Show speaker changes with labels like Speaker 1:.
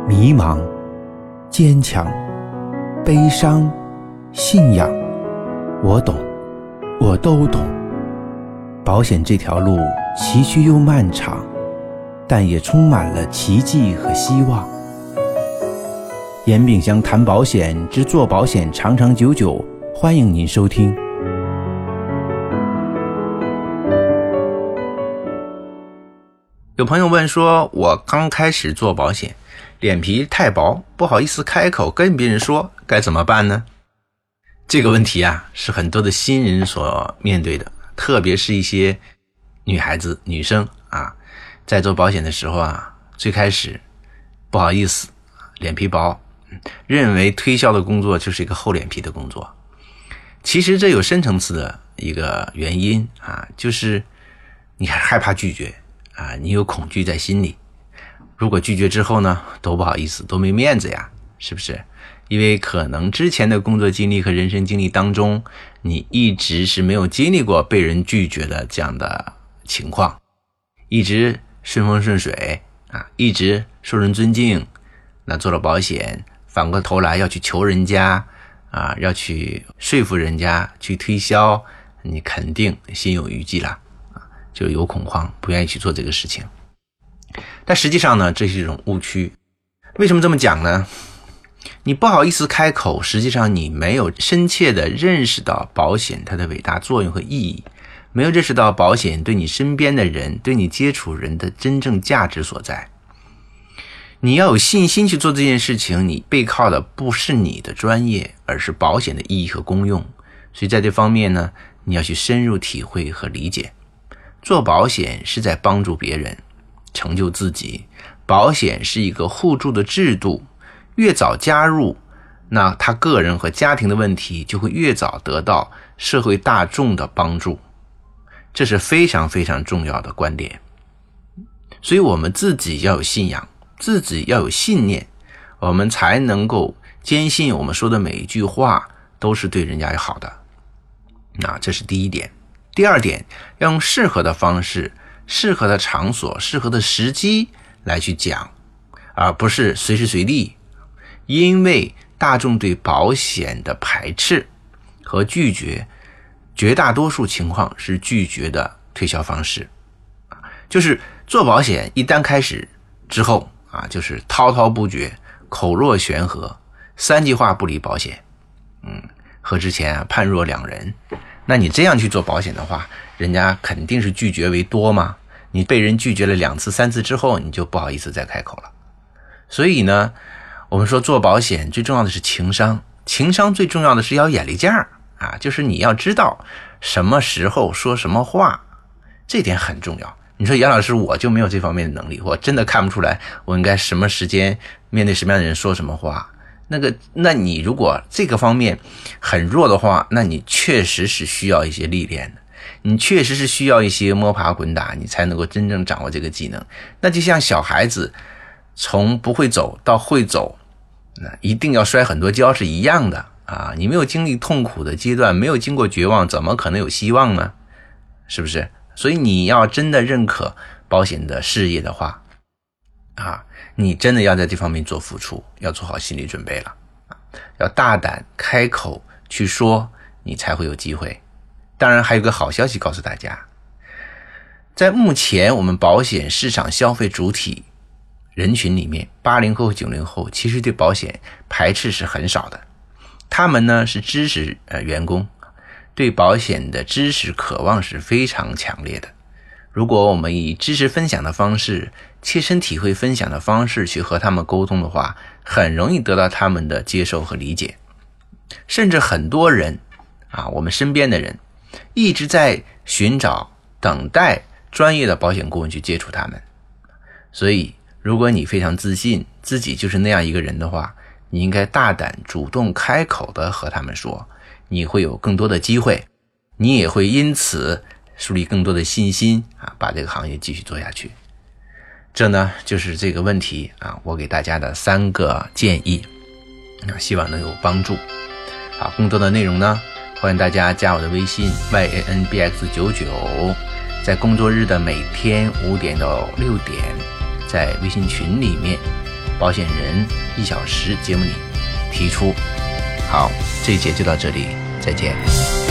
Speaker 1: 迷茫、坚强、悲伤、信仰，我懂，我都懂。保险这条路崎岖又漫长，但也充满了奇迹和希望。严炳祥谈保险之做保险长长久久，欢迎您收听。
Speaker 2: 有朋友问说，我刚开始做保险，脸皮太薄，不好意思开口跟别人说，该怎么办呢？这个问题啊，是很多的新人所面对的，特别是一些女孩子、女生啊，在做保险的时候啊，最开始不好意思，脸皮薄，认为推销的工作就是一个厚脸皮的工作。其实这有深层次的一个原因啊，就是你害怕拒绝啊，你有恐惧在心里。如果拒绝之后呢，多不好意思，多没面子呀，是不是？因为可能之前的工作经历和人生经历当中，你一直是没有经历过被人拒绝的这样的情况，一直顺风顺水啊，一直受人尊敬。那做了保险，反过头来要去求人家啊，要去说服人家去推销，你肯定心有余悸了啊，就有恐慌，不愿意去做这个事情。但实际上呢，这是一种误区。为什么这么讲呢？你不好意思开口，实际上你没有深切的认识到保险它的伟大作用和意义，没有认识到保险对你身边的人、对你接触人的真正价值所在。你要有信心去做这件事情，你背靠的不是你的专业，而是保险的意义和功用。所以在这方面呢，你要去深入体会和理解。做保险是在帮助别人成就自己，保险是一个互助的制度，越早加入，那他个人和家庭的问题就会越早得到社会大众的帮助，这是非常非常重要的观点。所以我们自己要有信仰，自己要有信念，我们才能够坚信我们说的每一句话都是对人家好的。那这是第一点。第二点，要用适合的方式、适合的场所、适合的时机来去讲，而不是随时随地。因为大众对保险的排斥和拒绝，绝大多数情况是拒绝的推销方式。就是做保险一旦开始之后啊，就是滔滔不绝，口若悬河，三句话不离保险。和之前判若两人。那你这样去做保险的话，人家肯定是拒绝为多嘛。你被人拒绝了2次3次之后，你就不好意思再开口了。所以呢，我们说做保险最重要的是情商，情商最重要的是要眼力劲儿啊，就是你要知道什么时候说什么话，这点很重要。你说杨老师，我就没有这方面的能力，我真的看不出来我应该什么时间面对什么样的人说什么话。那你如果这个方面很弱的话，那你确实是需要一些历练的，你确实是需要一些摸爬滚打，你才能够真正掌握这个技能。那就像小孩子从不会走到会走，那一定要摔很多跤是一样的啊！你没有经历痛苦的阶段，没有经过绝望，怎么可能有希望呢？是不是？所以你要真的认可保险的事业的话啊，你真的要在这方面做付出，要做好心理准备了，要大胆开口去说，你才会有机会。当然还有个好消息告诉大家，在目前我们保险市场消费主体人群里面，80后90后其实对保险排斥是很少的。他们呢是知识员工，对保险的知识渴望是非常强烈的。如果我们以知识分享的方式、切身体会分享的方式去和他们沟通的话，很容易得到他们的接受和理解。甚至很多人啊，我们身边的人一直在寻找、等待专业的保险顾问去接触他们。所以如果你非常自信自己就是那样一个人的话，你应该大胆主动开口的和他们说，你会有更多的机会，你也会因此树立更多的信心啊，把这个行业继续做下去。这呢就是这个问题啊，我给大家的3个建议，希望能有帮助。好，更多的内容呢，欢迎大家加我的微信 yanbx99， 在工作日的每天5点到6点，在微信群里面保险人1小时节目里提出。好，这一节就到这里，再见。